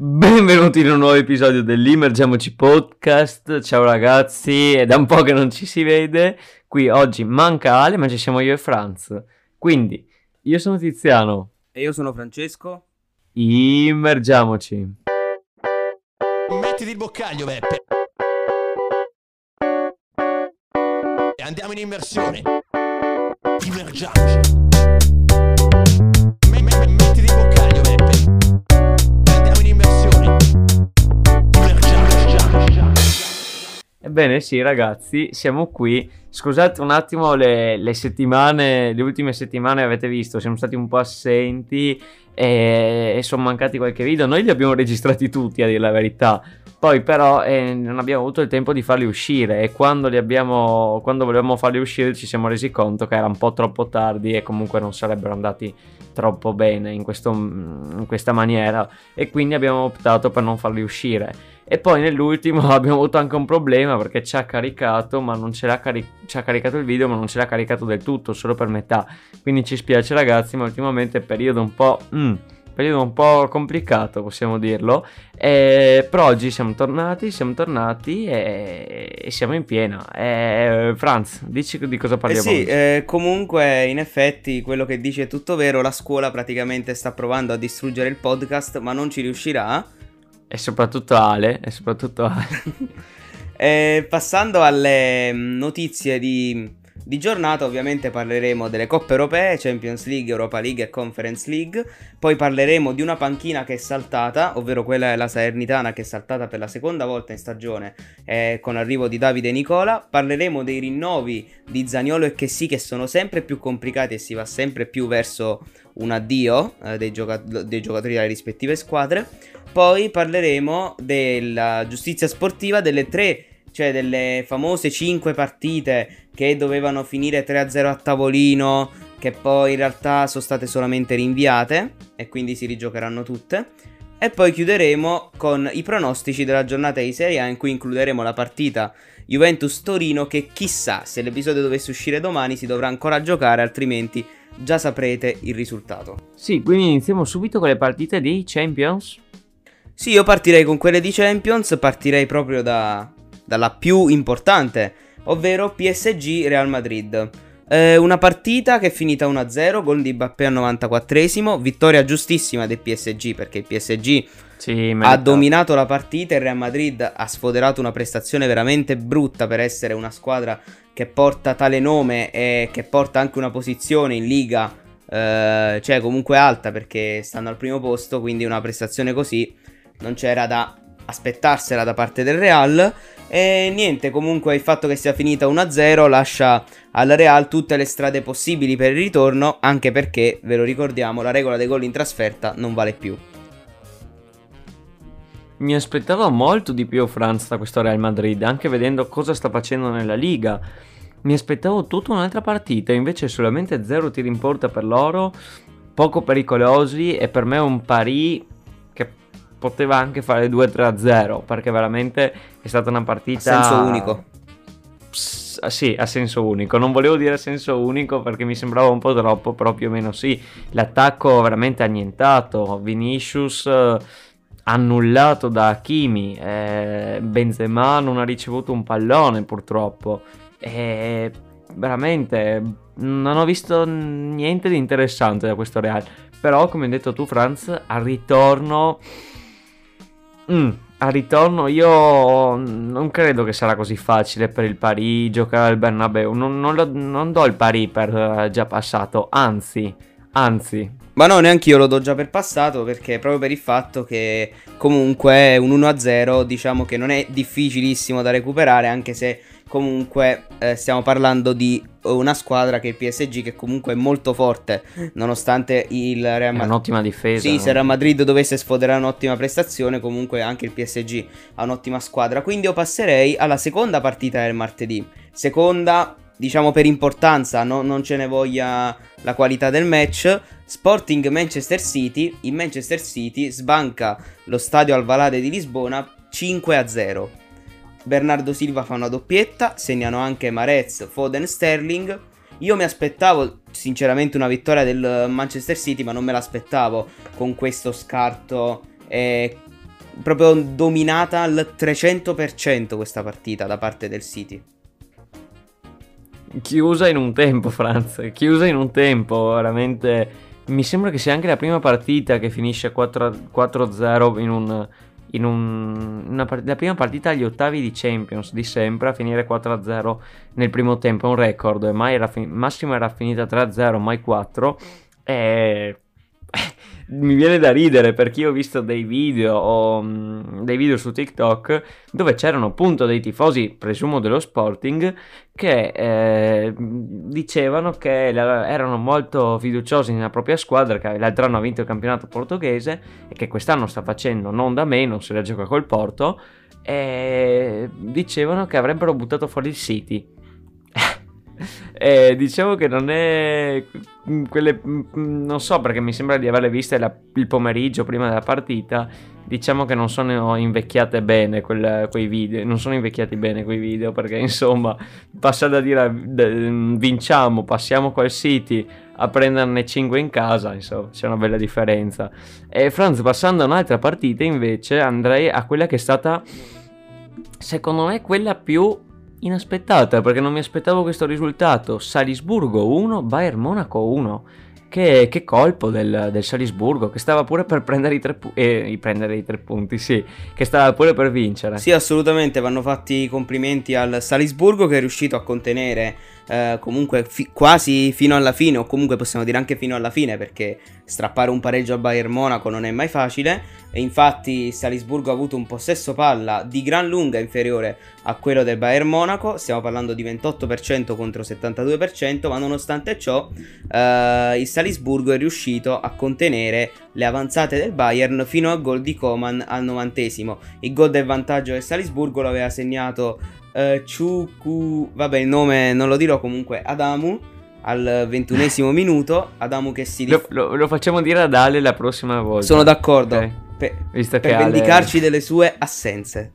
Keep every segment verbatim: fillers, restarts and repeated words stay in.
Benvenuti in un nuovo episodio dell'Immergiamoci Podcast. Ciao ragazzi, è da un po' che non ci si vede. Qui oggi manca Ale, ma ci siamo io e Franz. Quindi, io sono Tiziano. E io sono Francesco. Immergiamoci. Mettiti il boccaglio, Beppe. E andiamo in immersione. Immergiamoci. Me- me- Mettiti il boccaglio, Beppe. E andiamo in immersione. Immergiamoci. Ebbene sì ragazzi, siamo qui. Scusate un attimo le, le settimane, le ultime settimane avete visto, siamo stati un po' assenti e, e sono mancati qualche video. Noi li abbiamo registrati tutti, a dire la verità. Poi però eh, non abbiamo avuto il tempo di farli uscire e quando li abbiamo, quando volevamo farli uscire ci siamo resi conto che era un po' troppo tardi e comunque non sarebbero andati troppo bene in, questo, in questa maniera, e quindi abbiamo optato per non farli uscire. E poi nell'ultimo abbiamo avuto anche un problema perché ci ha caricato, ma non ce l'ha cari- ci ha caricato il video, ma non ce l'ha caricato del tutto, solo per metà. Quindi ci spiace ragazzi, ma ultimamente è periodo un po'... Mm, periodo un po' complicato, possiamo dirlo. E per oggi siamo tornati, siamo tornati e, e siamo in piena. E, Franz, dici di cosa Eh parliamo sì, oggi? eh, comunque in effetti quello che dice è tutto vero. La scuola praticamente sta provando a distruggere il podcast, ma non ci riuscirà. E soprattutto Ale, e soprattutto Ale. Eh, passando alle mm, notizie di, di giornata, ovviamente parleremo delle coppe europee, Champions League, Europa League e Conference League. Poi parleremo di una panchina che è saltata, ovvero quella della Salernitana, che è saltata per la seconda volta in stagione eh, con l'arrivo di Davide Nicola. Parleremo dei rinnovi di Zaniolo e Chessy, che sono sempre più complicati e si va sempre più verso un addio eh, dei, gioca- dei giocatori dalle rispettive squadre. Poi parleremo della giustizia sportiva, delle tre, cioè delle famose cinque partite che dovevano finire tre a zero a tavolino, che poi in realtà sono state solamente rinviate e quindi si rigiocheranno tutte. E poi chiuderemo con i pronostici della giornata di Serie A, in cui includeremo la partita Juventus-Torino, che chissà, se l'episodio dovesse uscire domani si dovrà ancora giocare, altrimenti già saprete il risultato. Sì, quindi iniziamo subito con le partite di Champions. Sì, io partirei con quelle di Champions, partirei proprio da, dalla più importante, ovvero P S G Real Madrid. Eh, una partita che è finita uno a zero, gol di Mbappé al novantaquattresimo, vittoria giustissima del P S G, perché il P S G Sì, ha dominato la partita. Il Real Madrid ha sfoderato una prestazione veramente brutta per essere una squadra che porta tale nome e che porta anche una posizione in Liga, eh, cioè comunque alta, perché stanno al primo posto, quindi una prestazione così non c'era da aspettarsela da parte del Real. E niente, comunque il fatto che sia finita uno a zero lascia al Real tutte le strade possibili per il ritorno, anche perché, ve lo ricordiamo, la regola dei gol in trasferta non vale più. Mi aspettavo molto di più Franz da questo Real Madrid, anche vedendo cosa sta facendo nella Liga. Mi aspettavo tutta un'altra partita, invece solamente zero tiri in porta per loro, poco pericolosi, e per me un pari che poteva anche fare due tre a zero, perché veramente è stata una partita A senso unico. Pss, sì, a senso unico. Non volevo dire a senso unico perché mi sembrava un po' troppo, però più o meno sì. L'attacco veramente annientato, Vinicius eh, annullato da Hakimi, eh, Benzema non ha ricevuto un pallone purtroppo, e veramente non ho visto niente di interessante da questo Real. Però come hai detto tu Franz, al ritorno mm, al ritorno io non credo che sarà così facile per il Paris giocare al Bernabeu. Non, non, lo- non do il Paris per eh, già passato, anzi, anzi. Ma no, neanche io lo do già per passato, perché proprio per il fatto che comunque un uno a zero diciamo che non è difficilissimo da recuperare, anche se comunque eh, stiamo parlando di una squadra che è il P S G, che comunque è molto forte, nonostante il Real È Madrid... un'ottima difesa. Sì, no? se il Real Madrid dovesse sfoderare un'ottima prestazione, comunque anche il P S G ha un'ottima squadra. Quindi io passerei alla seconda partita del martedì. Seconda, diciamo per importanza, no? Non ce ne voglia la qualità del match. Sporting Manchester City. In Manchester City sbanca lo stadio Alvalade di Lisbona cinque a zero. Bernardo Silva fa una doppietta, segnano anche Mahrez, Foden, Sterling. Io mi aspettavo sinceramente una vittoria del Manchester City, ma non me l'aspettavo con questo scarto e proprio dominata al trecento per cento questa partita da parte del City. Chiusa in un tempo, Franz, chiusa in un tempo, veramente. Mi sembra che sia anche la prima partita che finisce quattro a zero in un... In un, una, la prima partita agli ottavi di Champions di sempre a finire quattro a zero nel primo tempo, è un record. Mai era fin- massimo era finita tre a zero, mai quattro. E mi viene da ridere perché io ho visto dei video o mh, dei video su TikTok dove c'erano appunto dei tifosi, presumo dello Sporting, che eh, dicevano che la, erano molto fiduciosi nella propria squadra, che l'altro anno ha vinto il campionato portoghese e che quest'anno sta facendo non da meno, se la gioca col Porto, e dicevano che avrebbero buttato fuori il City. Eh, diciamo che non è quelle, non so, perché mi sembra di averle viste la, il pomeriggio prima della partita. Diciamo che non sono invecchiate bene quel, quei video, non sono invecchiati bene quei video, perché insomma passare da dire vinciamo, passiamo col City a prenderne cinque in casa, insomma c'è una bella differenza. E Franz, passando a un'altra partita invece, andrei a quella che è stata secondo me quella più inaspettata, perché non mi aspettavo questo risultato. Salisburgo uno, Bayern Monaco uno. Che, che colpo del, del Salisburgo, che stava pure per prendere i tre, pu- eh, prendere i tre punti, sì, che stava pure per vincere. Sì, assolutamente, vanno fatti i complimenti al Salisburgo, che è riuscito a contenere eh, comunque fi- quasi fino alla fine, o comunque possiamo dire anche fino alla fine, perché strappare un pareggio al Bayern Monaco non è mai facile. E infatti il Salisburgo ha avuto un possesso palla di gran lunga inferiore a quello del Bayern Monaco, stiamo parlando di ventotto per cento contro settantadue per cento, ma nonostante ciò eh, il Salisburgo è riuscito a contenere le avanzate del Bayern fino al gol di Coman al novantesimo. Il gol del vantaggio del Salisburgo lo aveva segnato eh, Ciucu, vabbè il nome non lo dirò, comunque Adamu al ventunesimo minuto. Adamu che si dif- lo, lo, lo facciamo dire ad Ale la prossima volta. Sono d'accordo, okay. per, Visto per che vendicarci Ale... delle sue assenze.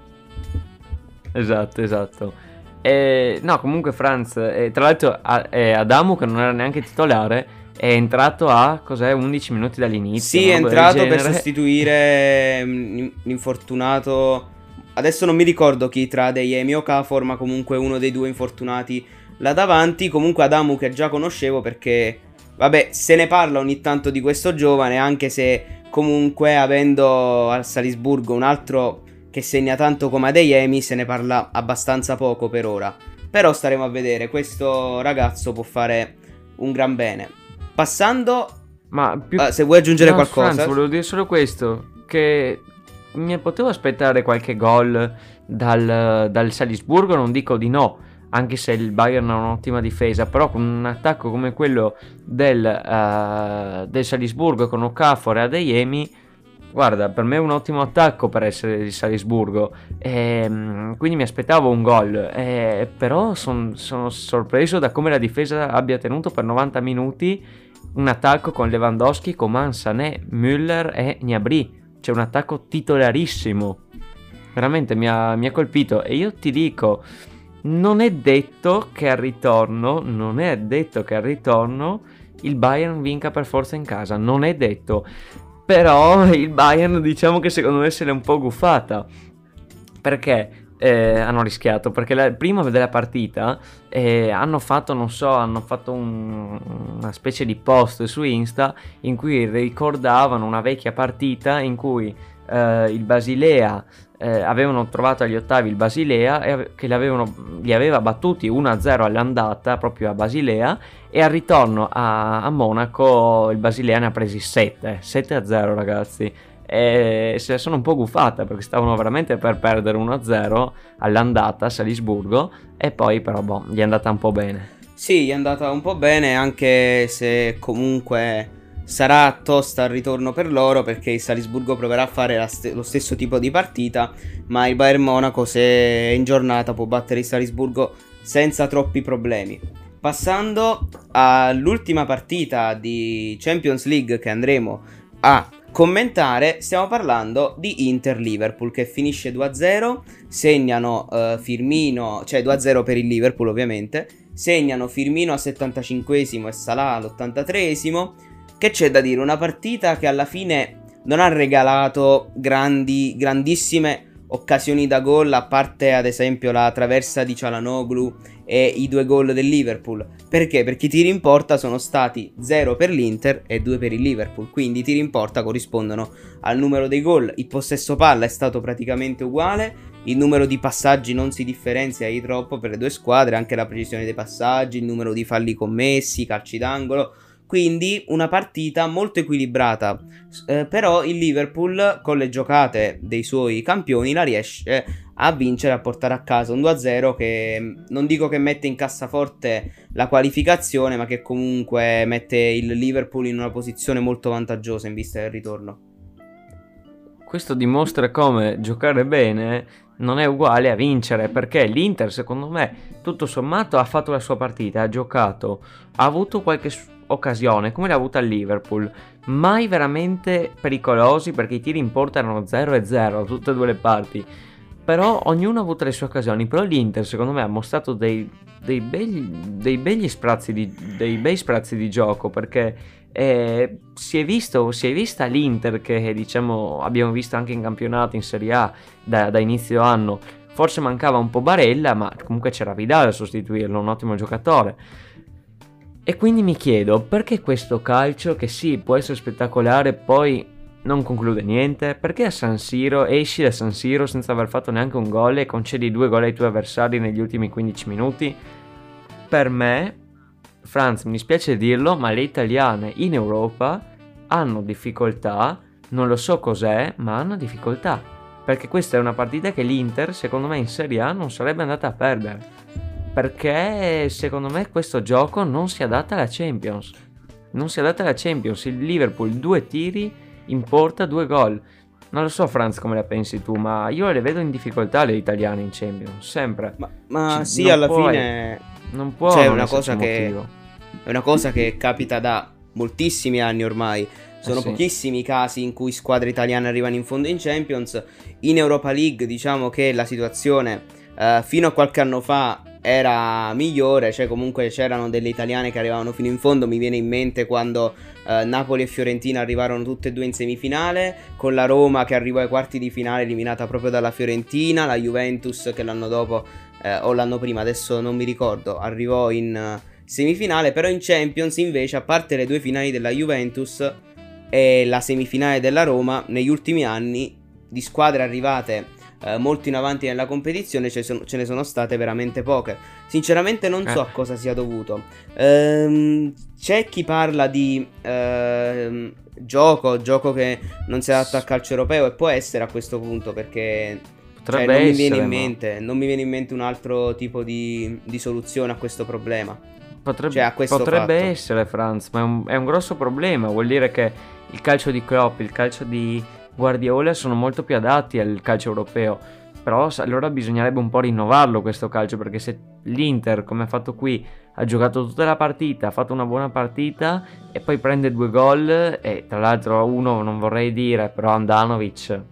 Esatto, esatto. E, no, comunque Franz, eh, tra l'altro a, eh, Adamu, che non era neanche titolare, è entrato a, cos'è, undici minuti dall'inizio. Sì, è entrato per genere. sostituire mh, l'infortunato. Adesso non mi ricordo chi tra Adeyemi o Okafor, ma comunque uno dei due infortunati là davanti. Comunque Adamu, che già conoscevo perché, vabbè, se ne parla ogni tanto di questo giovane, anche se comunque avendo al Salisburgo un altro che segna tanto come Adeyemi, se ne parla abbastanza poco per ora. Però staremo a vedere, questo ragazzo può fare un gran bene. Passando, ma più... uh, se vuoi aggiungere no, qualcosa. Franz, volevo dire solo questo, che mi potevo aspettare qualche gol dal, dal Salisburgo, non dico di no, anche se il Bayern ha un'ottima difesa, però con un attacco come quello del, uh, del Salisburgo con Okafor e Adeyemi, guarda, per me è un ottimo attacco per essere di Salisburgo, e, quindi mi aspettavo un gol, e, però son, sono sorpreso da come la difesa abbia tenuto per novanta minuti un attacco con Lewandowski, Coman, Sané, Müller e Gnabry. C'è un attacco titolarissimo, veramente mi ha, mi ha colpito. E io ti dico, non è detto che al ritorno, non è detto che al ritorno il Bayern vinca per forza in casa, non è detto. Però il Bayern, diciamo che secondo me se l'è un po' guffata, perché eh, hanno rischiato, perché la, prima della partita eh, hanno fatto, non so, hanno fatto un, una specie di post su Insta in cui ricordavano una vecchia partita in cui eh, il Basilea eh, avevano trovato agli ottavi il Basilea e ave- che li, avevano, li aveva battuti uno a zero all'andata proprio a Basilea, e al ritorno a, a Monaco il Basilea ne ha presi sette a zero, ragazzi. E se sono un po' guffata perché stavano veramente per perdere uno a zero all'andata a Salisburgo, e poi però boh, gli è andata un po' bene. Sì, gli è andata un po' bene, anche se comunque sarà tosta il ritorno per loro, perché il Salisburgo proverà a fare la st- lo stesso tipo di partita, ma il Bayern Monaco, se è in giornata, può battere il Salisburgo senza troppi problemi. Passando all'ultima partita di Champions League che andremo a commentare, stiamo parlando di Inter-Liverpool, che finisce due a zero, segnano uh, Firmino, cioè due a zero per il Liverpool ovviamente, segnano Firmino al settantacinquesimo e Salah all'ottantatreesimo. Che c'è da dire? Una partita che alla fine non ha regalato grandi, grandissime occasioni da gol, a parte ad esempio la traversa di Çalhanoğlu e i due gol del Liverpool. Perché? Perché i tiri in porta sono stati zero per l'Inter e due per il Liverpool, quindi i tiri in porta corrispondono al numero dei gol. Il possesso palla è stato praticamente uguale, il numero di passaggi non si differenzia di troppo per le due squadre, anche la precisione dei passaggi, il numero di falli commessi, calci d'angolo. Quindi una partita molto equilibrata, eh, però il Liverpool con le giocate dei suoi campioni la riesce a vincere, a portare a casa un due a zero che non dico che mette in cassaforte la qualificazione, ma che comunque mette il Liverpool in una posizione molto vantaggiosa in vista del ritorno. Questo dimostra come giocare bene non è uguale a vincere, perché l'Inter secondo me tutto sommato ha fatto la sua partita, ha giocato, ha avuto qualche occasione come l'ha avuta il Liverpool, mai veramente pericolosi, perché i tiri in porta erano zero e zero tutte e due le parti, però ognuno ha avuto le sue occasioni. Però l'Inter secondo me ha mostrato dei, dei, begli, dei begli sprazzi di, dei bei sprazzi di gioco, perché eh, si è visto, si è vista l'Inter che diciamo abbiamo visto anche in campionato, in Serie A da, da inizio anno. Forse mancava un po' Barella, ma comunque c'era Vidal a sostituirlo, un ottimo giocatore. E quindi mi chiedo, perché questo calcio che sì, può essere spettacolare, poi non conclude niente? Perché a San Siro esci da San Siro senza aver fatto neanche un gol e concedi due gol ai tuoi avversari negli ultimi quindici minuti? Per me, Franz, mi dispiace dirlo, ma le italiane in Europa hanno difficoltà, non lo so cos'è, ma hanno difficoltà. Perché questa è una partita che l'Inter, secondo me in Serie A, non sarebbe andata a perdere. Perché secondo me questo gioco non si adatta alla Champions. Non si adatta alla Champions. Il Liverpool due tiri in porta, due gol. Non lo so Franz come la pensi tu, ma io le vedo in difficoltà le italiane in Champions, sempre. Ma, ma Ci- sì, non alla puoi- fine Non può Cioè, non una esserci cosa un che- motivo. è una cosa che capita da moltissimi anni ormai. Sono Eh sì. pochissimi i casi in cui squadre italiane arrivano in fondo in Champions. In Europa League diciamo che la situazione eh, fino a qualche anno fa era migliore, cioè comunque c'erano delle italiane che arrivavano fino in fondo. Mi viene in mente quando eh, Napoli e Fiorentina arrivarono tutte e due in semifinale, con la Roma che arrivò ai quarti di finale eliminata proprio dalla Fiorentina, la Juventus che l'anno dopo eh, o l'anno prima, adesso non mi ricordo, arrivò in eh, semifinale. Però in Champions invece, a parte le due finali della Juventus e la semifinale della Roma, negli ultimi anni di squadre arrivate eh, molto in avanti nella competizione ce, sono- ce ne sono state veramente poche. Sinceramente non so Eh. a cosa sia dovuto. Ehm, c'è chi parla di ehm, gioco, gioco che non si adatta al calcio europeo, e può essere a questo punto, perché cioè, Potrebbe non mi essere, viene in ma- mente, non mi viene in mente un altro tipo di, di soluzione a questo problema. Potrebbe, Cioè, a questo potrebbe fatto. essere Franz, ma è un, è un grosso problema. Vuol dire che il calcio di Klopp, il calcio di Guardiola sono molto più adatti al calcio europeo. Però sa- allora bisognerebbe un po' rinnovarlo questo calcio, perché se l'Inter, come ha fatto qui, ha giocato tutta la partita, ha fatto una buona partita e poi prende due gol, e tra l'altro uno non vorrei dire, però Andanovic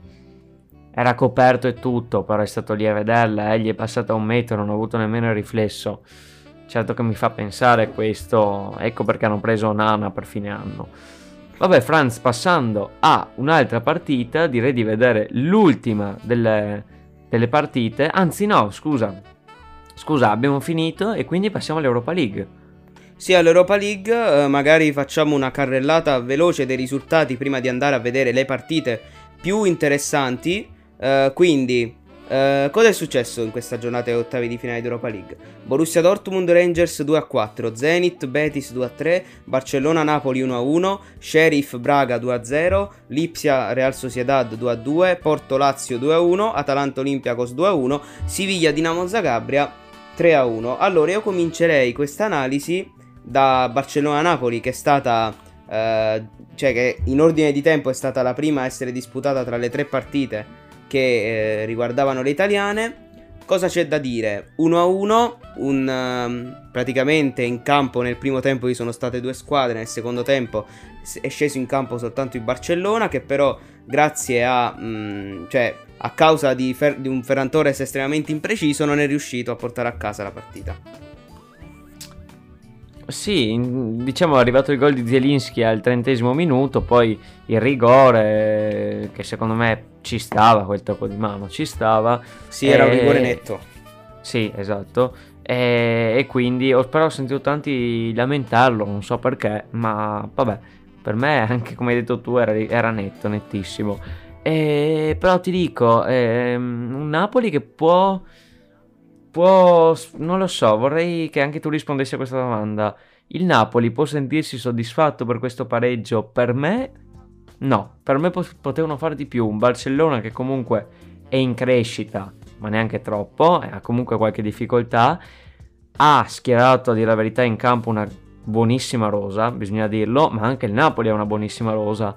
era coperto e tutto, però è stato lì a vederla, eh, gli è passata un metro, non ha avuto nemmeno il riflesso. Certo che mi fa pensare questo, ecco perché hanno preso Nana per fine anno. Vabbè Franz, passando a un'altra partita, direi di vedere l'ultima delle, delle partite, anzi no, scusa, scusa, abbiamo finito e quindi passiamo all'Europa League. Sì, all'Europa League eh, magari facciamo una carrellata veloce dei risultati prima di andare a vedere le partite più interessanti. Eh, quindi, eh, cosa è successo in questa giornata ai ottavi di finale di Europa League? Borussia Dortmund Rangers due a quattro, Zenit Betis due a tre, Barcellona Napoli uno a uno, Sheriff Braga due a zero, Lipsia Real Sociedad due a due, Porto Lazio due a uno, Atalanta Olympiacos due a uno, Siviglia Dinamo Zagabria tre a uno. Allora io comincerei questa analisi da Barcellona-Napoli, che è stata eh, cioè che in ordine di tempo è stata la prima a essere disputata tra le tre partite che eh, riguardavano le italiane. Cosa c'è da dire? uno a uno, un, ehm, praticamente in campo nel primo tempo ci sono state due squadre, nel secondo tempo s- è sceso in campo soltanto il Barcellona, che però grazie a mh, cioè a causa di, Fer- di un Ferran Torres estremamente impreciso non è riuscito a portare a casa la partita. Sì, in- diciamo è arrivato il gol di Zielinski al trentesimo minuto, poi il rigore eh, che secondo me ci stava, quel tocco di mano ci stava. Sì, era un e- rigore netto. Sì, esatto. E, e quindi ho, però ho sentito tanti lamentarlo, non so perché, ma vabbè, per me anche come hai detto tu era, era netto, nettissimo. E, però ti dico, ehm, un Napoli che può, può, non lo so, vorrei che anche tu rispondessi a questa domanda. Il Napoli può sentirsi soddisfatto per questo pareggio? Per me no, per me po- potevano fare di più. Un Barcellona che comunque è in crescita, ma neanche troppo, e ha comunque qualche difficoltà. Ha schierato, a dire la verità, in campo una buonissima rosa, bisogna dirlo, ma anche il Napoli ha una buonissima rosa.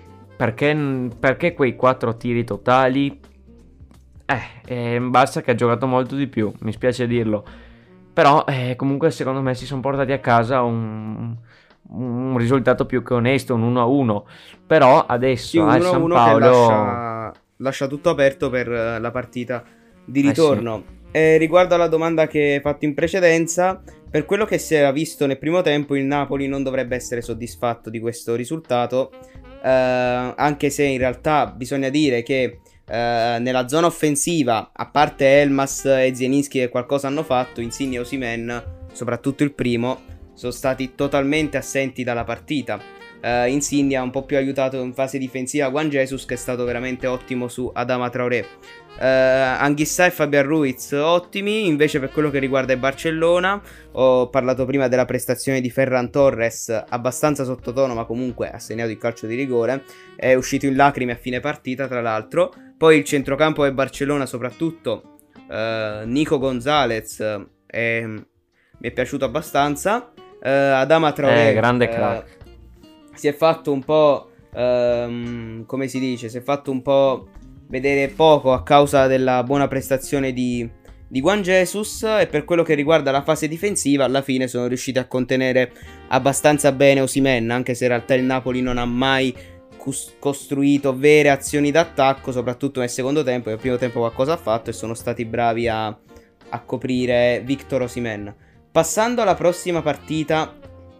Perché, perché quei quattro tiri totali? Eh, è un Barça che ha giocato molto di più, mi spiace dirlo. Però eh, comunque secondo me si sono portati a casa un, un risultato più che onesto, un uno a uno. Però Sì, adesso un al San uno a uno che Paolo... lascia, lascia tutto aperto per eh, la partita di Eh sì. ritorno. E riguardo alla domanda che hai fatto in precedenza, per quello che si era visto nel primo tempo, il Napoli non dovrebbe essere soddisfatto di questo risultato, eh, anche se in realtà bisogna dire che eh, nella zona offensiva, a parte Elmas e Zielinski che qualcosa hanno fatto, Insigne e Osimhen, soprattutto il primo, sono stati totalmente assenti dalla partita. Uh, Insigne ha un po' più aiutato in fase difensiva Juan Jesus, che è stato veramente ottimo su Adama Traoré. uh, Anghissà e Fabian Ruiz ottimi. Invece per quello che riguarda il Barcellona, ho parlato prima della prestazione di Ferran Torres, abbastanza sottotono ma comunque ha segnato il calcio di rigore, è uscito in lacrime a fine partita tra l'altro. Poi il centrocampo del Barcellona, soprattutto uh, Nico Gonzalez, eh, mi è piaciuto abbastanza. uh, Adama Traoré, Eh, grande uh, crack. si è fatto un po', ehm, come si dice, si è fatto un po' vedere poco a causa della buona prestazione di, di Juan Jesus. E per quello che riguarda la fase difensiva, alla fine sono riusciti a contenere abbastanza bene Osimhen, anche se in realtà il Napoli non ha mai cus- costruito vere azioni d'attacco, soprattutto nel secondo tempo. Nel primo tempo qualcosa ha fatto e sono stati bravi a, a coprire Victor Osimhen. Passando alla prossima partita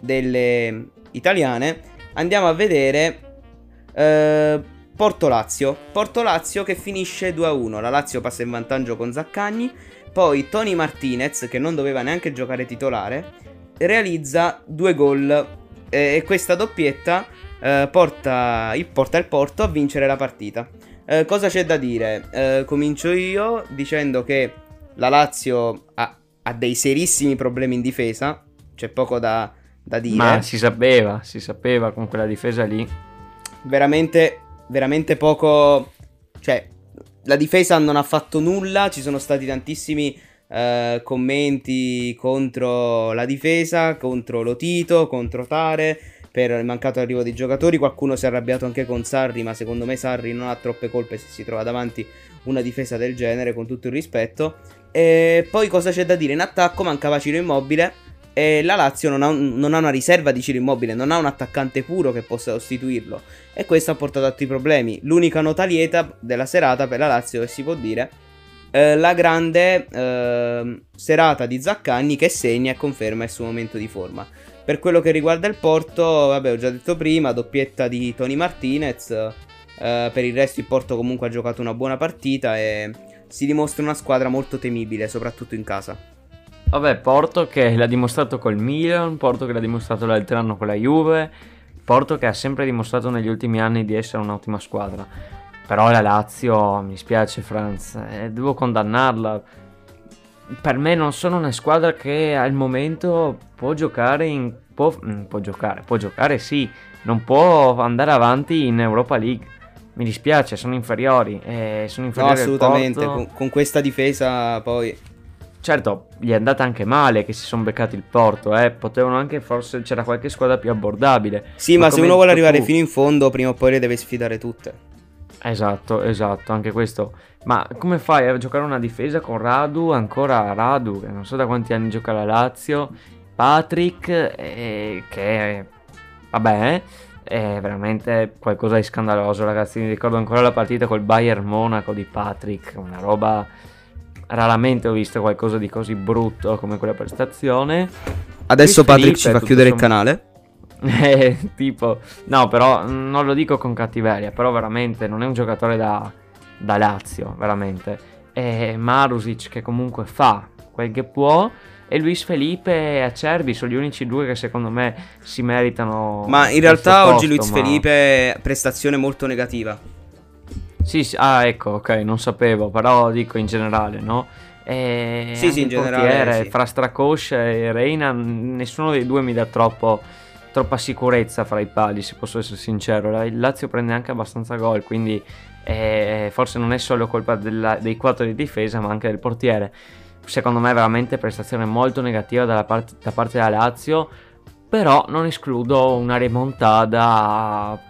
delle italiane, andiamo a vedere eh, Porto-Lazio. Porto-Lazio che finisce due a uno. La Lazio passa in vantaggio con Zaccagni. Poi Tony Martinez, che non doveva neanche giocare titolare, realizza due gol. eh, E questa doppietta eh, porta, il, porta il Porto a vincere la partita. Eh, cosa c'è da dire? Eh, comincio io dicendo che la Lazio ha, ha dei serissimi problemi in difesa. C'è poco da da dire. Ma si sapeva, si sapeva con quella difesa lì. Veramente, veramente poco. Cioè, la difesa non ha fatto nulla. Ci sono stati tantissimi eh, commenti contro la difesa, contro Lotito, contro Tare, per il mancato arrivo dei giocatori. Qualcuno si è arrabbiato anche con Sarri, ma secondo me Sarri non ha troppe colpe se si trova davanti una difesa del genere, con tutto il rispetto. E poi cosa c'è da dire? In attacco mancava Ciro Immobile. E la Lazio non ha, un, non ha una riserva di Ciro Immobile, non ha un attaccante puro che possa sostituirlo. E questo ha portato altri problemi. L'unica nota lieta della serata per la Lazio, che si può dire, eh, la grande eh, serata di Zaccagni, che segna e conferma il suo momento di forma. Per quello che riguarda il Porto, vabbè, ho già detto prima, doppietta di Tony Martinez. Eh, per il resto il Porto comunque ha giocato una buona partita e si dimostra una squadra molto temibile, soprattutto in casa. Vabbè, Porto che l'ha dimostrato col Milan, Porto che l'ha dimostrato l'altro anno con la Juve, Porto che ha sempre dimostrato negli ultimi anni di essere un'ottima squadra. Però la Lazio, mi spiace Franz, eh, devo condannarla. Per me non sono una squadra che al momento può giocare in... Può, può giocare, può giocare sì, non può andare avanti in Europa League. Mi dispiace, sono inferiori, eh, sono inferiori No, al assolutamente, Porto. con, con questa difesa poi... Certo, gli è andata anche male che si sono beccati il Porto, eh. Potevano anche, forse c'era qualche squadra più abbordabile. Sì, ma, ma se come uno hai vuole detto arrivare tu- fino in fondo, prima o poi le deve sfidare tutte. Esatto, esatto, anche questo. Ma come fai a giocare una difesa con Radu, ancora Radu, che non so da quanti anni gioca la Lazio, Patrick, eh, che vabbè, eh, è veramente qualcosa di scandaloso, ragazzi. Mi ricordo ancora la partita col Bayern Monaco di Patrick, una roba... Raramente ho visto qualcosa di così brutto come quella prestazione. Adesso Luis Patrick Felipe, ci fa tutto chiudere il sommato- canale. Eh, tipo, no, però mm, non lo dico con cattiveria, però veramente non è un giocatore da, da Lazio, veramente. È Marusic che comunque fa quel che può e Luis Felipe e Acerbi sono gli unici due che secondo me si meritano Ma in questo realtà oggi posto, Luis ma- Felipe prestazione molto negativa. Sì, sì, ah, ecco, ok, non sapevo, però dico in generale, no? E Sì, anche sì, in il generale, portiere, sì. fra Stracoscia e Reina, n- nessuno dei due mi dà troppo, troppa sicurezza fra i pali, se posso essere sincero. La- Il Lazio prende anche abbastanza gol, quindi eh, forse non è solo colpa della- dei quattro di difesa, ma anche del portiere. Secondo me veramente prestazione molto negativa dalla parte- da parte della Lazio, però non escludo una remontada a,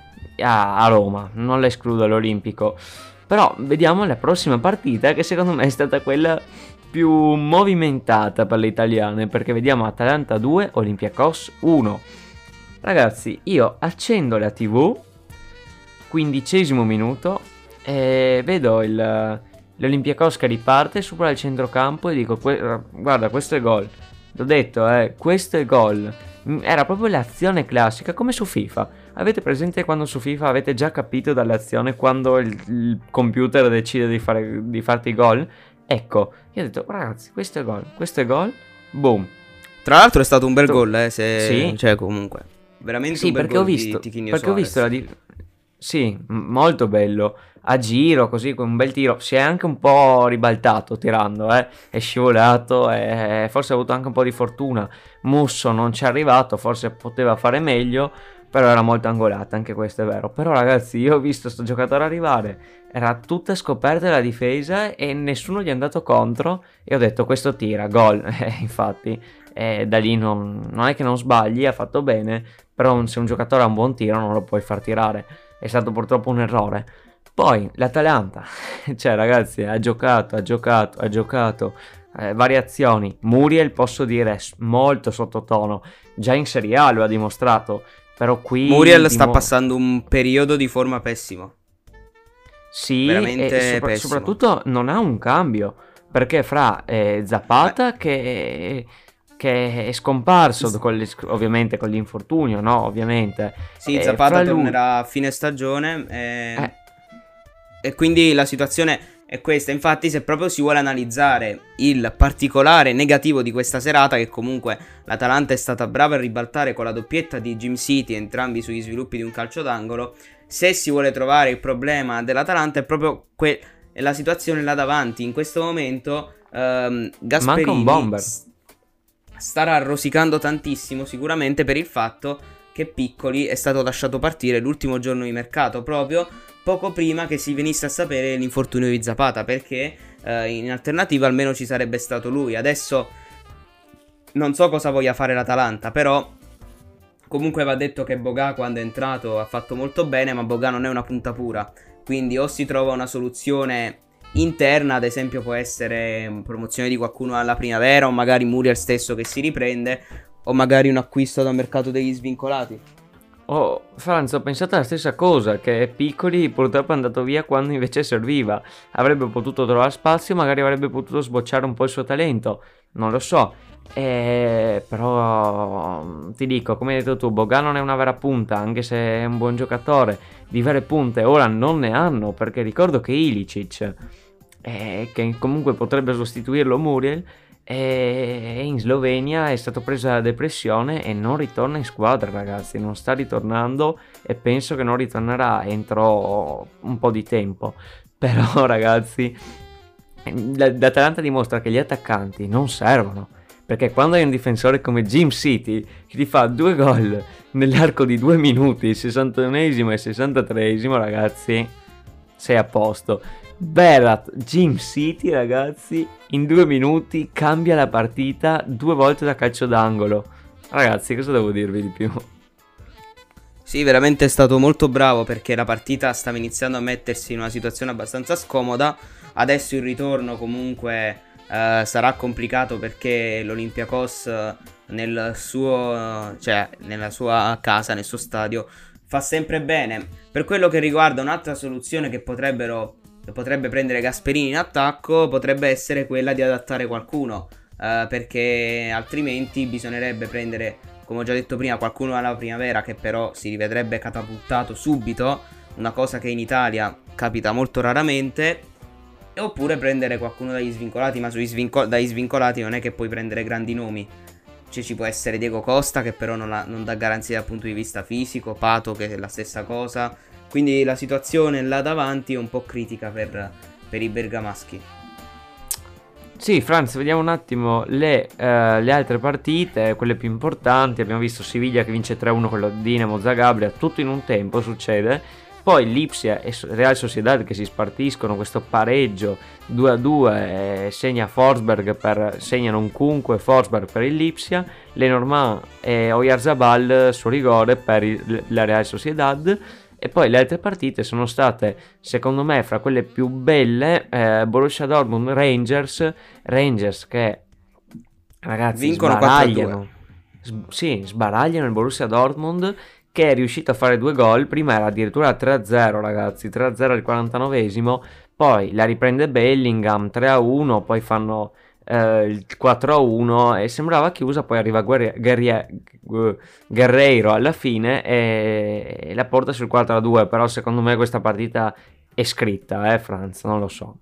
a- a Roma, non la escludo all'Olimpico. Però vediamo la prossima partita, che secondo me è stata quella più movimentata per le italiane, perché vediamo Atalanta due, Olympiacos uno. Ragazzi, io accendo la tivù, quindicesimo minuto, e vedo il, l'Olympiacos che riparte sopra il centrocampo e dico, "Que- guarda, questo è gol. L'ho detto, eh, questo è gol. Mm, Era proprio l'azione classica, come su FIFA. Avete presente quando su FIFA avete già capito dall'azione quando il, il computer decide di, fare, di farti gol? Ecco, io ho detto, ragazzi, questo è gol, questo è gol, boom. Tra l'altro è stato un bel To- gol, eh, se... Sì. Cioè, comunque. Veramente Sì, un bel perché ho gol visto, di Tiquinho perché ho Suarez. visto la di- Sì, m- molto bello. A giro, così, con un bel tiro. Si è anche un po' ribaltato tirando, eh. È scivolato e forse ha avuto anche un po' di fortuna. Musso non ci è arrivato, forse poteva fare meglio, però era molto angolata, anche questo è vero. Però ragazzi, io ho visto sto giocatore arrivare, era tutta scoperta la difesa e nessuno gli è andato contro e ho detto questo tira, gol. Eh, infatti, eh, da lì non, non è che non sbagli, ha fatto bene, però se un giocatore ha un buon tiro non lo puoi far tirare. È stato purtroppo un errore. Poi l'Atalanta, cioè ragazzi, ha giocato, ha giocato, ha giocato, eh, variazioni. Muriel posso dire s- molto sottotono, già in Serie A lo ha dimostrato, però qui Muriel sta dimo- passando un periodo di forma pessimo. sì, veramente e sopra- pessimo. soprattutto non ha un cambio, perché fra eh, Zapata che, che è scomparso, Z- con le- ovviamente con l'infortunio, no? Ovviamente. Sì, Eh, Zapata fra lui- tornerà a fine stagione. eh, Eh, E quindi la situazione è questa. Infatti, se proprio si vuole analizzare il particolare negativo di questa serata, che comunque l'Atalanta è stata brava a ribaltare con la doppietta di Jim City, entrambi sugli sviluppi di un calcio d'angolo. Se si vuole trovare il problema dell'Atalanta, è proprio que- è la situazione là davanti. In questo momento, ehm, Gasperini Manca un bomber. s- starà rosicando tantissimo, sicuramente per il fatto che Piccoli è stato lasciato partire l'ultimo giorno di mercato, proprio poco prima che si venisse a sapere l'infortunio di Zapata, perché eh, in alternativa almeno ci sarebbe stato lui. Adesso non so cosa voglia fare l'Atalanta, però comunque va detto che Boga quando è entrato ha fatto molto bene, ma Boga non è una punta pura, quindi o si trova una soluzione interna, ad esempio può essere promozione di qualcuno alla primavera, o magari Muriel stesso che si riprende, o magari un acquisto dal mercato degli svincolati. Oh, Franz, ho pensato la stessa cosa, che Piccoli purtroppo è andato via quando invece serviva. Avrebbe potuto trovare spazio, magari avrebbe potuto sbocciare un po' il suo talento, non lo so. Eh, però ti dico, come hai detto tu, Boga non è una vera punta, anche se è un buon giocatore. Di vere punte ora non ne hanno, perché ricordo che Ilicic, eh, che comunque potrebbe sostituirlo Muriel, e in Slovenia è stato preso dalla depressione e non ritorna in squadra, ragazzi, non sta ritornando e penso che non ritornerà entro un po' di tempo. Però ragazzi, l- l'Atalanta dimostra che gli attaccanti non servono, perché quando hai un difensore come Jim City che ti fa due gol nell'arco di due minuti, il sessantunesimo e il sessantatreesimo, ragazzi, sei a posto. Berat, Jim City, ragazzi, in due minuti cambia la partita due volte da calcio d'angolo. Ragazzi, cosa devo dirvi di più? Sì, veramente è stato molto bravo, perché la partita stava iniziando a mettersi in una situazione abbastanza scomoda. Adesso il ritorno comunque eh, sarà complicato, perché l'Olympiacos eh, nel suo, cioè nella sua casa, nel suo stadio, fa sempre bene. Per quello che riguarda un'altra soluzione che potrebbero che potrebbe prendere Gasperini in attacco, potrebbe essere quella di adattare qualcuno. eh, perché altrimenti bisognerebbe prendere, come ho già detto prima, qualcuno alla primavera che però si rivedrebbe catapultato subito, una cosa che in Italia capita molto raramente, oppure prendere qualcuno dagli svincolati, ma sui svinco- dagli svincolati non è che puoi prendere grandi nomi. Cioè ci può essere Diego Costa che però non, ha, non dà garanzia dal punto di vista fisico, Pato che è la stessa cosa, quindi la situazione là davanti è un po' critica per, per i bergamaschi. Sì, Franz, vediamo un attimo le, eh, le altre partite, quelle più importanti. Abbiamo visto Siviglia che vince tre a uno con lo Dinamo Zagabria, tutto in un tempo succede. Poi Lipsia e Real Sociedad che si spartiscono, questo pareggio due a due, eh, segna Forsberg per, segnano un Kunku e Forsberg per il Lipsia, Lenormand e Oyarzabal su rigore per il, la Real Sociedad. E poi le altre partite sono state, secondo me, fra quelle più belle, eh, Borussia Dortmund Rangers, Rangers che, ragazzi, vincono sbaragliano, sb- sì, sbaragliano il Borussia Dortmund, che è riuscito a fare due gol. Prima era addirittura tre a zero, ragazzi, tre a zero al quarantanovesimo, poi la riprende Bellingham, tre a uno, poi fanno eh, il quattro a uno e sembrava chiusa, poi arriva Guerri- Guerri- Gu- Guerreiro alla fine e, e la porta sul quattro a due, però secondo me questa partita è scritta, eh Franz, non lo so.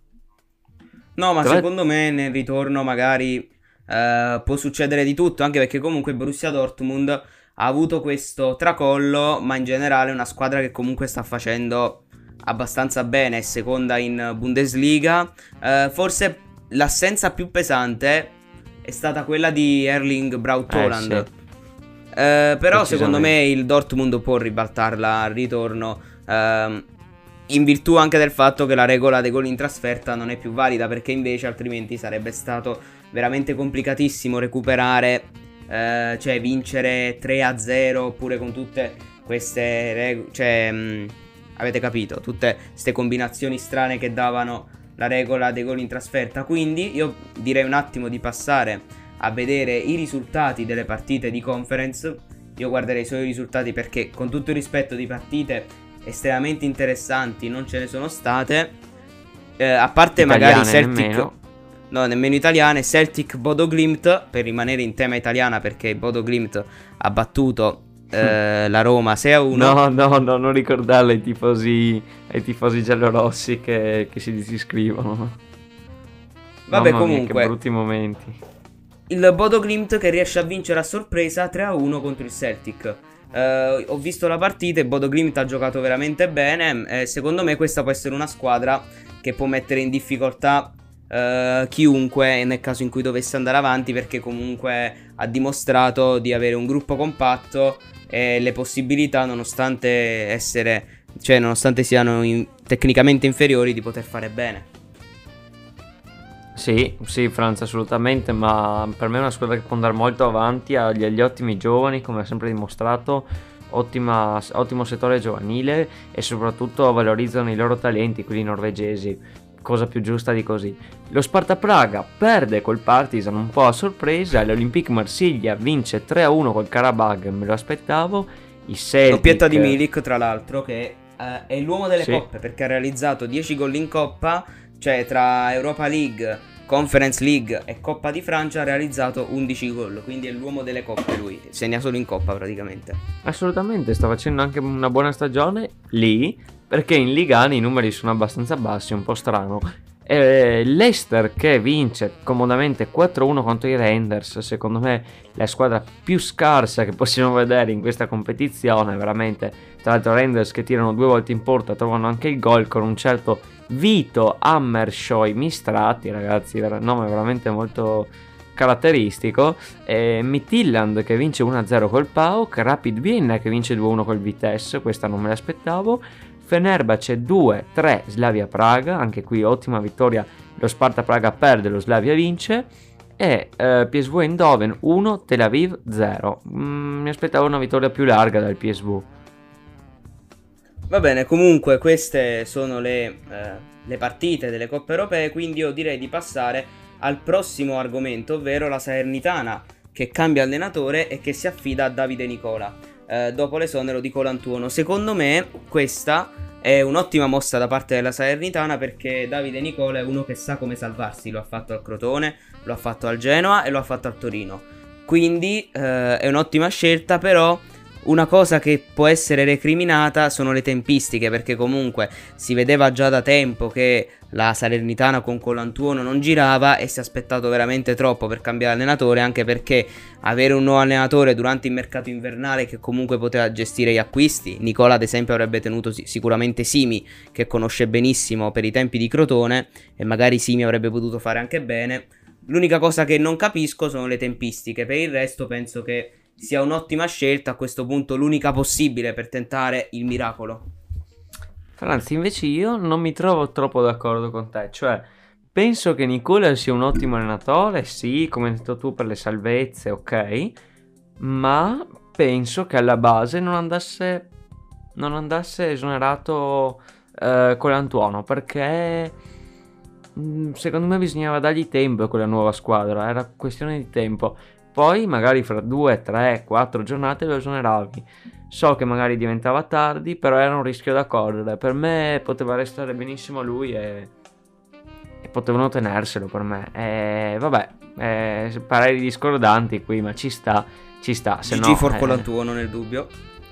No, ma Tra- secondo me nel ritorno magari eh, può succedere di tutto, anche perché comunque il Borussia Dortmund ha avuto questo tracollo, ma in generale è una squadra che comunque sta facendo abbastanza bene, è seconda in Bundesliga. Eh, forse l'assenza più pesante è stata quella di Erling Braut Eh, Haaland. sì. Eh, però secondo Decisamente. me il Dortmund può ribaltarla al ritorno, ehm, in virtù anche del fatto che la regola dei gol in trasferta non è più valida, perché invece altrimenti sarebbe stato veramente complicatissimo recuperare, eh, cioè vincere tre a zero, oppure con tutte queste regole, cioè mh, avete capito, tutte queste combinazioni strane che davano la regola dei gol in trasferta. Quindi io direi un attimo di passare a vedere i risultati delle partite di conference. Io guarderei solo i risultati perché, con tutto il rispetto, di partite estremamente interessanti non ce ne sono state, eh, a parte Italiane magari Celtic, nemmeno. no, nemmeno italiane. Celtic Bodo Glimt, per rimanere in tema italiana, perché Bodo Glimt ha battuto eh, la Roma sei a uno. No, no, no, non ricordarlo ai tifosi, ai tifosi giallorossi che, che si disiscrivono. Vabbè, Mamma mia, comunque che brutti momenti. il Bodo Glimt che riesce a vincere a sorpresa tre a uno contro il Celtic. Eh, ho visto la partita e Bodo Glimt ha giocato veramente bene. Eh, secondo me questa può essere una squadra che può mettere in difficoltà eh, chiunque nel caso in cui dovesse andare avanti, perché comunque ha dimostrato di avere un gruppo compatto e le possibilità, nonostante essere, cioè nonostante siano in- tecnicamente inferiori, di poter fare bene. Sì, sì, Franza, assolutamente, ma per me è una squadra che può andare molto avanti, ha gli, gli ottimi giovani, come ha sempre dimostrato, ottima, ottimo settore giovanile e soprattutto valorizzano i loro talenti, quelli norvegesi, cosa più giusta di così. Lo Sparta Praga perde col Partizan un po' a sorpresa, l'Olympique Marsiglia vince tre a uno col Karabag, me lo aspettavo, i Celtic... Doppietta di Milik, tra l'altro, che eh, è l'uomo delle Sì. coppe, perché ha realizzato dieci gol in coppa, cioè tra Europa League, Conference League e Coppa di Francia ha realizzato undici gol, quindi è l'uomo delle coppe lui, segna solo in coppa praticamente. Assolutamente, sta facendo anche una buona stagione lì, perché in Ligani i numeri sono abbastanza bassi, un po' strano. Eh, Leicester che vince comodamente quattro a uno contro i Rangers, secondo me la squadra più scarsa che possiamo vedere in questa competizione, veramente. Tra l'altro Rangers che tirano due volte in porta, trovano anche il gol con un certo Vito Hammershoy Mistrati, ragazzi, ver- nome veramente molto caratteristico. E Midtjylland che vince uno a zero col PAOK, Rapid Vienna che vince due a uno col Vitesse, questa non me l'aspettavo. Fenerbahce due tre Slavia Praga, anche qui ottima vittoria, lo Sparta Praga perde, lo Slavia vince. E eh, P S V Eindhoven uno Tel Aviv zero. Mm, mi aspettavo una vittoria più larga dal P S V. Va bene, comunque queste sono le, eh, le partite delle coppe europee, quindi io direi di passare al prossimo argomento, ovvero la Salernitana che cambia allenatore e che si affida a Davide Nicola eh, dopo l'esonero di Colantuono. Secondo me questa è un'ottima mossa da parte della Salernitana, perché Davide Nicola è uno che sa come salvarsi. Lo ha fatto al Crotone, lo ha fatto al Genoa e lo ha fatto al Torino. Quindi eh, è un'ottima scelta, però una cosa che può essere recriminata sono le tempistiche, perché comunque si vedeva già da tempo che la Salernitana con Colantuono non girava e si è aspettato veramente troppo per cambiare allenatore, anche perché avere un nuovo allenatore durante il mercato invernale che comunque poteva gestire gli acquisti, Nicola ad esempio avrebbe tenuto sicuramente Simi, che conosce benissimo per i tempi di Crotone, e magari Simi avrebbe potuto fare anche bene. L'unica cosa che non capisco sono le tempistiche, per il resto penso che sia un'ottima scelta, a questo punto l'unica possibile per tentare il miracolo. Franz, invece io non mi trovo troppo d'accordo con te, cioè penso che Nicola sia un ottimo allenatore, sì, come hai detto tu, per le salvezze, ok, ma penso che alla base non andasse, non andasse esonerato eh, Colantuono, perché mh, secondo me bisognava dargli tempo a quella nuova squadra, era questione di tempo. Poi magari fra due, tre, quattro giornate lo esoneravi. So che magari diventava tardi, però era un rischio da correre. Per me poteva restare benissimo lui e, e potevano tenerselo per me. E vabbè, eh, pareri discordanti qui, ma ci sta, ci sta. Se G G no, for eh, Colantuono nel dubbio.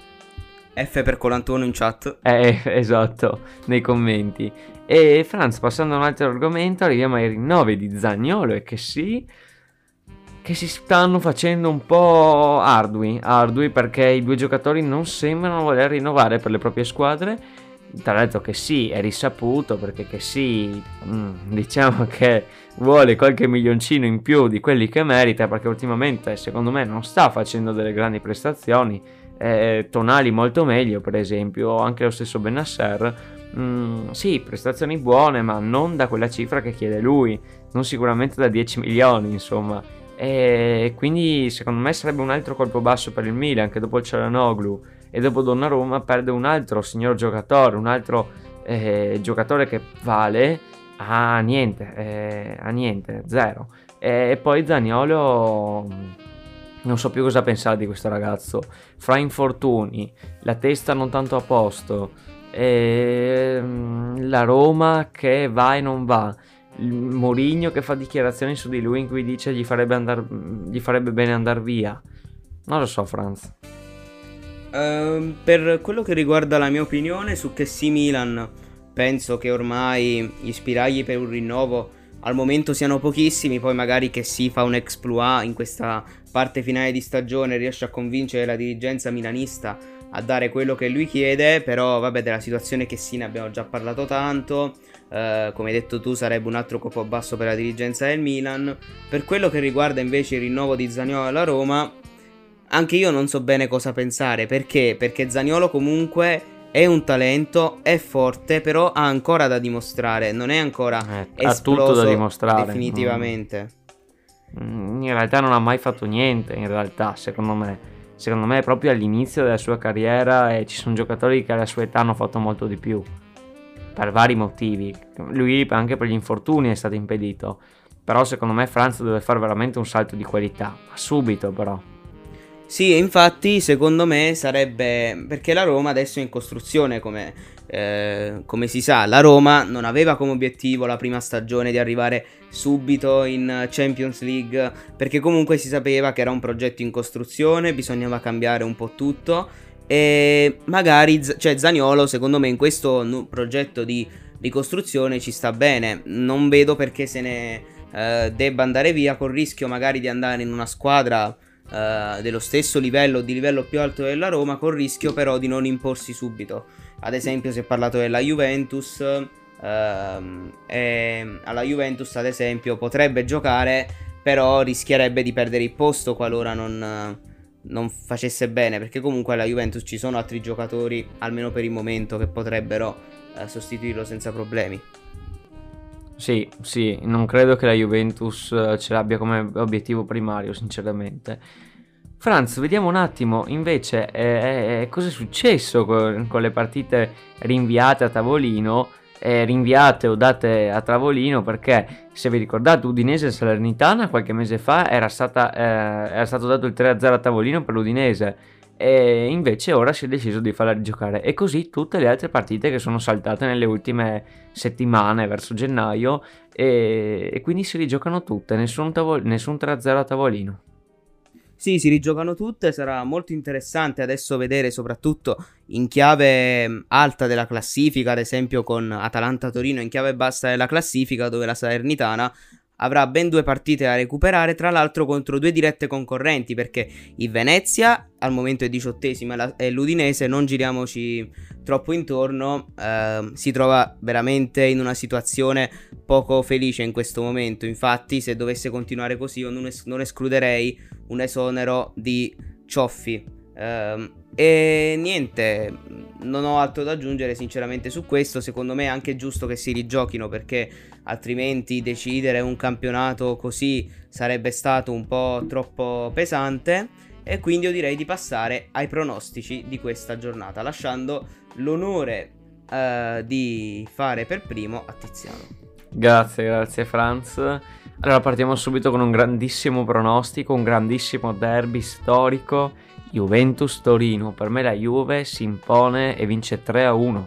F per Colantuono in chat. Eh, esatto, nei commenti. E Franz, passando a un altro argomento, arriviamo ai rinnovi di Zaniolo e che sì... che si stanno facendo un po' ardui, ardui perché i due giocatori non sembrano voler rinnovare per le proprie squadre. Tra l'altro che sì, è risaputo, perché che sì, mm, diciamo che vuole qualche milioncino in più di quelli che merita, perché ultimamente secondo me non sta facendo delle grandi prestazioni. eh, Tonali molto meglio, per esempio, anche lo stesso Bennacer. Mm, sì, prestazioni buone, ma non da quella cifra che chiede lui, non sicuramente da dieci milioni, insomma. E quindi secondo me sarebbe un altro colpo basso per il Milan, che dopo il Çalhanoğlu e dopo Donnarumma perde un altro signor giocatore, un altro eh, giocatore che vale a niente, eh, a niente, zero. E poi Zaniolo, non so più cosa pensare di questo ragazzo, fra infortuni, la testa non tanto a posto, e la Roma che va e non va, Mourinho che fa dichiarazioni su di lui in cui dice gli farebbe, andar, gli farebbe bene andare via. Non lo so, Franz. Uh, per quello che riguarda la mia opinione su che sì Milan, penso che ormai gli spiragli per un rinnovo al momento siano pochissimi. Poi magari che si fa un exploit in questa parte finale di stagione, riesce a convincere la dirigenza milanista a dare quello che lui chiede. Però vabbè, della situazione che sì ne abbiamo già parlato tanto. Uh, come hai detto tu, sarebbe un altro colpo basso per la dirigenza del Milan. Per quello che riguarda invece il rinnovo di Zaniolo alla Roma, anche io non so bene cosa pensare. Perché? Perché Zaniolo comunque è un talento, è forte, però ha ancora da dimostrare. Non è ancora eh, ha tutto da dimostrare definitivamente. mm. In realtà non ha mai fatto niente, in realtà, secondo me Secondo me è proprio all'inizio della sua carriera, e ci sono giocatori che alla sua età hanno fatto molto di più, per vari motivi. Lui anche per gli infortuni è stato impedito. Però secondo me Franz deve fare veramente un salto di qualità, ma subito però. Sì, infatti secondo me sarebbe, perché la Roma adesso è in costruzione, come, eh, come si sa. La Roma non aveva come obiettivo la prima stagione di arrivare subito in Champions League, perché comunque si sapeva che era un progetto in costruzione, bisognava cambiare un po' tutto. E magari, cioè Zaniolo secondo me in questo nu- progetto di ricostruzione ci sta bene. Non vedo perché se ne eh, debba andare via, col rischio magari di andare in una squadra Uh, dello stesso livello o di livello più alto della Roma, col rischio però di non imporsi subito. Ad esempio si è parlato della Juventus, uh, e alla Juventus ad esempio potrebbe giocare, però rischierebbe di perdere il posto qualora non, uh, non facesse bene, perché comunque alla Juventus ci sono altri giocatori, almeno per il momento, che potrebbero uh, sostituirlo senza problemi. Sì, sì, non credo che la Juventus ce l'abbia come obiettivo primario, sinceramente. Franz, vediamo un attimo invece eh, eh, cosa è successo con, con le partite rinviate a tavolino, eh, rinviate o date a tavolino, perché se vi ricordate Udinese Salernitana qualche mese fa era, stata, eh, era stato dato il tre a zero a tavolino per l'Udinese, e invece ora si è deciso di farla rigiocare, e così tutte le altre partite che sono saltate nelle ultime settimane verso gennaio, e, e quindi si rigiocano tutte, nessun, tavol- nessun tre a zero a tavolino. Sì, si rigiocano tutte, sarà molto interessante adesso vedere soprattutto in chiave mh, alta della classifica, ad esempio con Atalanta-Torino in chiave bassa della classifica, dove la Salernitana avrà ben due partite da recuperare, tra l'altro contro due dirette concorrenti, perché il Venezia al momento è diciottesima e la- e l'Udinese, non giriamoci troppo intorno, ehm, si trova veramente in una situazione poco felice in questo momento. Infatti, se dovesse continuare così, io non, es- non escluderei un esonero di Cioffi. Ehm, e niente, non ho altro da aggiungere sinceramente su questo. Secondo me è anche giusto che si rigiochino, perché altrimenti decidere un campionato così sarebbe stato un po' troppo pesante. E quindi io direi di passare ai pronostici di questa giornata, lasciando l'onore eh, di fare per primo a Tiziano. Grazie, grazie Franz. Allora partiamo subito con un grandissimo pronostico, un grandissimo derby storico, Juventus-Torino. Per me la Juve si impone e vince tre a uno.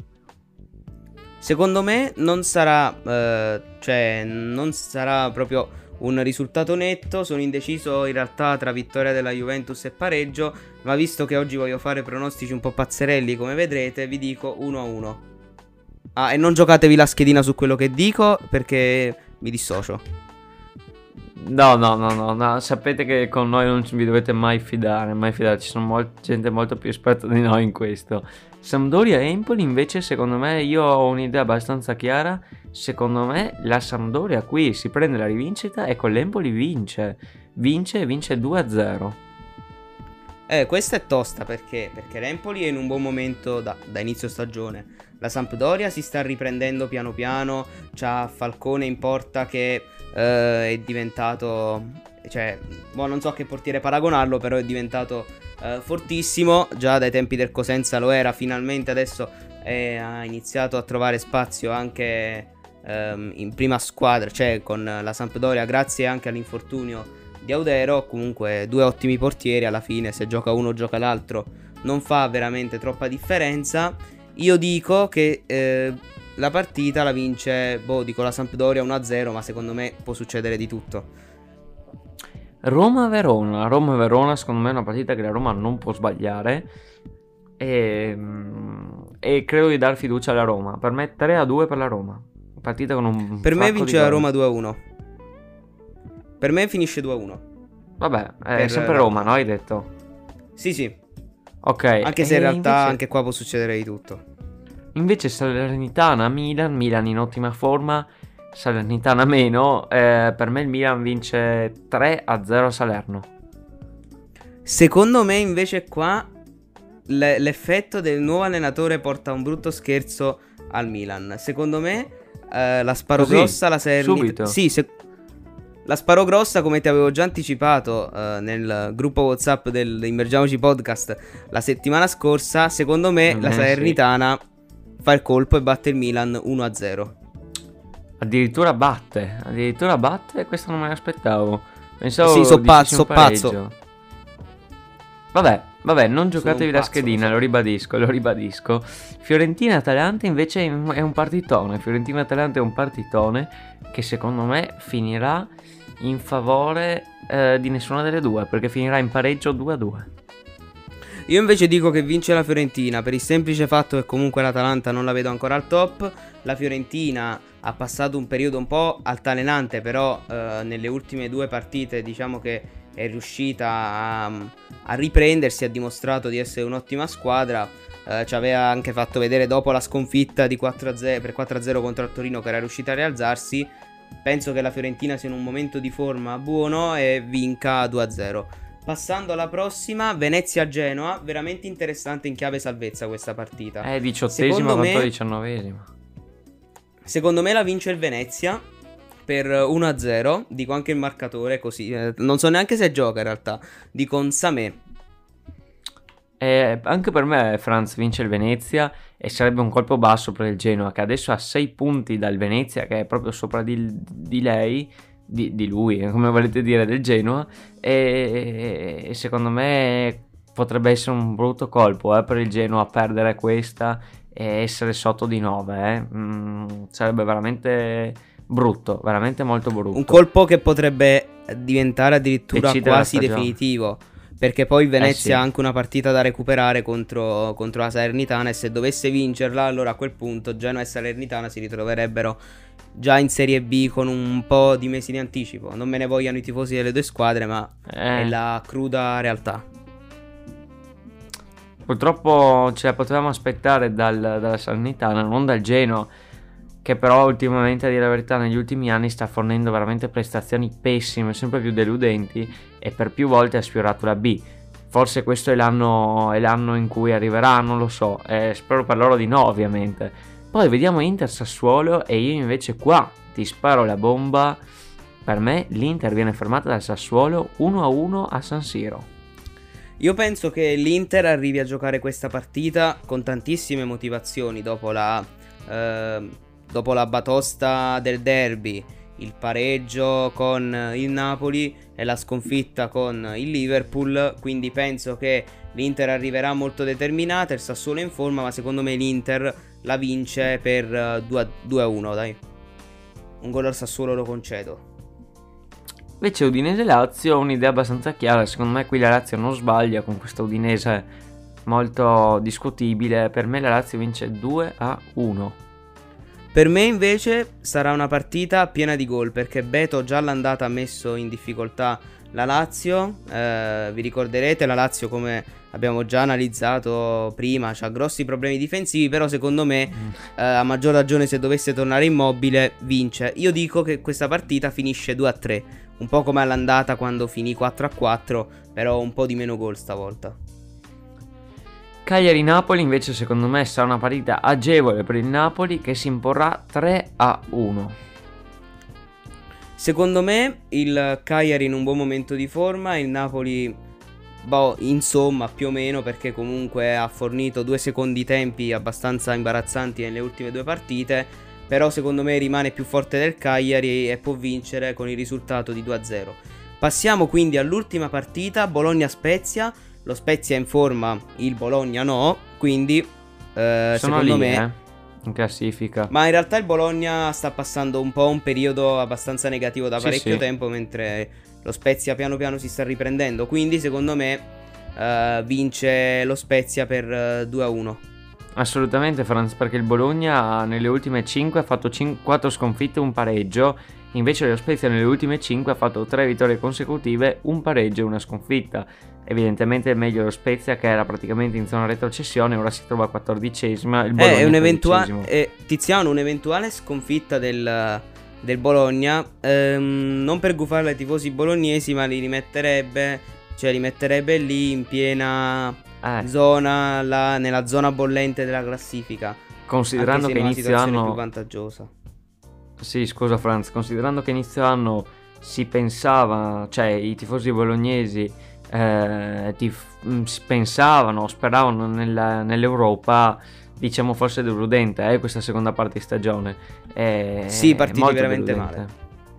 Secondo me non sarà, eh, cioè non sarà proprio un risultato netto. Sono indeciso in realtà tra vittoria della Juventus e pareggio, ma visto che oggi voglio fare pronostici un po' pazzerelli, come vedrete, vi dico uno a uno. Ah, e non giocatevi la schedina su quello che dico, perché mi dissocio. No, no, no, no, no, sapete che con noi non vi dovete mai fidare, mai fidare, ci sono mol- gente molto più esperta di noi in questo. Sampdoria e Empoli invece, secondo me, io ho un'idea abbastanza chiara. Secondo me la Sampdoria qui si prende la rivincita e con l'Empoli vince, vince e vince due a zero. Eh, questa è tosta perché, perché l'Empoli è in un buon momento da, da inizio stagione. La Sampdoria si sta riprendendo piano piano. C'ha Falcone in porta che eh, è diventato, cioè, boh, non so a che portiere paragonarlo, però è diventato eh, fortissimo. Già dai tempi del Cosenza lo era, finalmente adesso è- ha iniziato a trovare spazio anche ehm, in prima squadra, cioè con la Sampdoria, grazie anche all'infortunio di Audero. Comunque due ottimi portieri alla fine, se gioca uno gioca l'altro, non fa veramente troppa differenza. Io dico che eh, la partita la vince, boh, dico la Sampdoria uno a zero, ma secondo me può succedere di tutto. Roma-Verona, Roma-Verona secondo me è una partita che la Roma non può sbagliare, e, e credo di dar fiducia alla Roma. Per me tre a due per la Roma, partita con un Per me sacco vince di la gol. Roma due a uno. Per me finisce due a uno. Vabbè, è Per sempre la Roma, Roma. no? Hai detto? Sì, sì, Ok. anche se e in realtà invece, anche qua può succedere di tutto. invece Salernitana, Milan, Milan in ottima forma, Salernitana meno, eh, per me il Milan vince tre a zero a Salerno. Secondo me invece qua l- l'effetto del nuovo allenatore porta un brutto scherzo al Milan. Secondo me eh, la sparo Così, grossa la Salernitana. subito? Sì, se- la sparo grossa, come ti avevo già anticipato eh, nel gruppo WhatsApp del Immergiamoci Podcast la settimana scorsa. Secondo me la Eh, sì. Salernitana fa il colpo e batte il Milan uno a zero. Addirittura batte, addirittura batte, questo non me l'aspettavo. Pensavo Sì, so dicessi pazzo, un pazzo. pareggio. Vabbè, vabbè, non giocatevi un la pazzo, schedina, lo so. lo ribadisco, lo ribadisco. Fiorentina-Atalanta invece è un è un partitone. Fiorentina-Atalanta è un partitone che secondo me finirà in favore eh, di nessuna delle due, perché finirà in pareggio due a due. Io invece dico che vince la Fiorentina, per il semplice fatto che comunque l'Atalanta non la vedo ancora al top. La Fiorentina ha passato un periodo un po' altalenante, però eh, nelle ultime due partite diciamo che è riuscita a, a riprendersi, ha dimostrato di essere un'ottima squadra. Eh, ci aveva anche fatto vedere dopo la sconfitta di quattro a zero, per quattro a zero contro il Torino, che era riuscita a rialzarsi. Penso che la Fiorentina sia in un momento di forma buono e vinca due a zero. Passando alla prossima, Venezia-Genoa, veramente interessante in chiave salvezza questa partita. È diciottesima Secondo contro me- diciannovesima. Secondo me la vince il Venezia per uno a zero, dico anche il marcatore così, eh, non so neanche se gioca in realtà, dico un Samé. E anche per me Franz vince il Venezia, e sarebbe un colpo basso per il Genoa, che adesso ha sei punti dal Venezia, che è proprio sopra di, di lei, di, di lui, come volete dire, del Genoa. E, e secondo me potrebbe essere un brutto colpo eh, per il Genoa perdere questa e essere sotto di nove. Eh. Mm, sarebbe veramente brutto, veramente molto brutto. Un colpo che potrebbe diventare addirittura Decidere la quasi stagione. definitivo, perché poi Venezia Eh, ha sì. anche una partita da recuperare contro, contro la Salernitana, e se dovesse vincerla, allora a quel punto Genoa e Salernitana si ritroverebbero già in Serie B con un po' di mesi di anticipo. Non me ne vogliano i tifosi delle due squadre, ma è Eh, la cruda realtà. Purtroppo ce la potevamo aspettare dal- dalla Salernitana, non dal Genoa, che però ultimamente, a dire la verità, negli ultimi anni sta fornendo veramente prestazioni pessime, sempre più deludenti, e per più volte ha sfiorato la B. Forse questo è l'anno, è l'anno in cui arriverà, non lo so, eh, spero per loro di no, ovviamente. Poi vediamo Inter Sassuolo, e io invece qua ti sparo la bomba. Per me l'Inter viene fermata dal Sassuolo uno a uno a San Siro. Io penso che l'Inter arrivi a giocare questa partita con tantissime motivazioni dopo la, eh, dopo la batosta del derby, il pareggio con il Napoli e la sconfitta con il Liverpool. Quindi penso che l'Inter arriverà molto determinata, il Sassuolo è in forma, ma secondo me l'Inter la vince per eh, due a uno, dai. Un gol al Sassuolo lo concedo. Invece Udinese-Lazio ho un'idea abbastanza chiara, secondo me qui la Lazio non sbaglia con questa Udinese molto discutibile. Per me la Lazio vince due a uno. Per me invece sarà una partita piena di gol, perché Beto già all'andata ha messo in difficoltà la Lazio. Eh, vi ricorderete, la Lazio, come abbiamo già analizzato prima, ha grossi problemi difensivi, però secondo me eh, a maggior ragione se dovesse tornare Immobile vince. Io dico che questa partita finisce due a tre, un po' come all'andata quando finì quattro a quattro, però un po' di meno gol stavolta. Cagliari-Napoli invece secondo me sarà una partita agevole per il Napoli, che si imporrà tre a uno. Secondo me il Cagliari in un buon momento di forma, il Napoli, boh, insomma, più o meno, perché comunque ha fornito due secondi tempi abbastanza imbarazzanti nelle ultime due partite, però secondo me rimane più forte del Cagliari e può vincere con il risultato di due a zero. Passiamo quindi all'ultima partita, Bologna-Spezia. Lo Spezia è in forma, il Bologna no, quindi eh, Sono secondo lì, me... eh, in classifica. Ma in realtà il Bologna sta passando un po' un periodo abbastanza negativo da Sì, parecchio sì. tempo, mentre lo Spezia piano piano si sta riprendendo. Quindi secondo me eh, vince lo Spezia per eh, due a uno. Assolutamente, Franz, perché il Bologna nelle ultime cinque ha fatto quattro sconfitte e un pareggio. Invece lo Spezia nelle ultime cinque ha fatto tre vittorie consecutive, un pareggio e una sconfitta. Evidentemente è meglio lo Spezia, che era praticamente in zona retrocessione, ora si trova a quattordicesima. Il Bologna È un eventuale tredicesimo. eh, Tiziano, un'eventuale sconfitta del, del Bologna, ehm, non per gufare ai tifosi bolognesi, ma li rimetterebbe, cioè li metterebbe lì in piena Eh, zona, là, nella zona bollente della classifica, considerando anche che se in una inizio situazione anno... più vantaggiosa. Sì, scusa Franz, considerando che inizio anno si pensava, cioè i tifosi bolognesi eh, tif- mh, s- pensavano, speravano nella- nell'Europa, diciamo forse deludente eh, questa seconda parte di stagione. È Sì, partiti molto veramente deludente. male.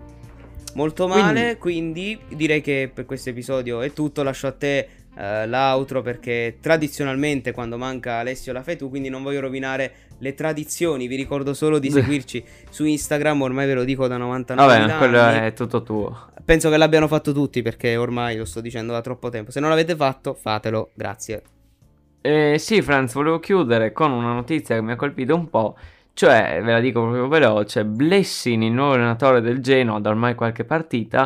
Molto male, quindi... direi che per questo episodio è tutto. Lascio a te eh, l'outro, perché tradizionalmente quando manca Alessio la fai tu, quindi non voglio rovinare le tradizioni. Vi ricordo solo di seguirci su Instagram, ormai ve lo dico da novantanove Vabbè, quello anni. è tutto tuo. Penso che l'abbiano fatto tutti, perché ormai lo sto dicendo da troppo tempo. Se non l'avete fatto, fatelo, grazie. Eh, sì, Franz, volevo chiudere con una notizia che mi ha colpito un po', cioè, ve la dico proprio veloce, Blessing, il nuovo allenatore del Genoa, da ormai qualche partita,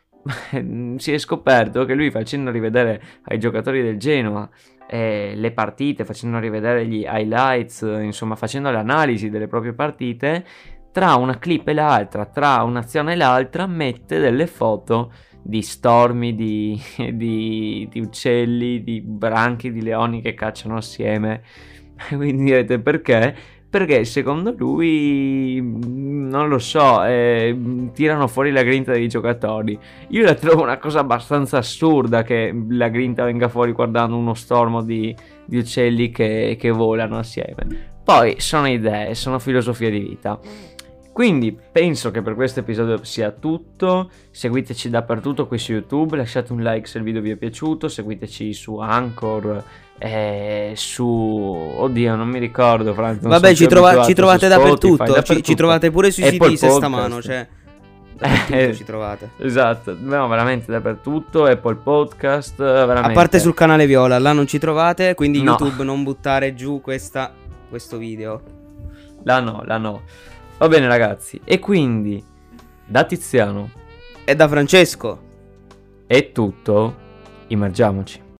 si è scoperto che lui, facendo rivedere ai giocatori del Genoa eh, le partite, facendo rivedere gli highlights, insomma, facendo l'analisi delle proprie partite, tra una clip e l'altra, tra un'azione e l'altra, mette delle foto di stormi, di, di, di uccelli, di branchi, di leoni che cacciano assieme. Quindi direte perché? Perché secondo lui, non lo so, eh, tirano fuori la grinta dei giocatori. Io la trovo una cosa abbastanza assurda che la grinta venga fuori guardando uno stormo di, di uccelli che, che volano assieme. Poi sono idee, sono filosofie di vita. Quindi penso che per questo episodio sia tutto. Seguiteci dappertutto qui su YouTube, lasciate un like se il video vi è piaciuto, seguiteci su Anchor, eh, su... oddio non mi ricordo Franz, non Vabbè, sono ci, più trova- abituato, ci trovate su Spotify, dappertutto. Ci, dappertutto. ci trovate pure sui Apple siti di Sesta Podcast. Mano, cioè dappertutto ci trovate. Esatto, no, veramente dappertutto, Apple Podcast, veramente. A parte sul canale Viola, là non ci trovate, quindi No. YouTube non buttare giù questa, questo video. Là no, là no. Va bene ragazzi, e quindi da Tiziano E da Francesco. è tutto, immergiamoci.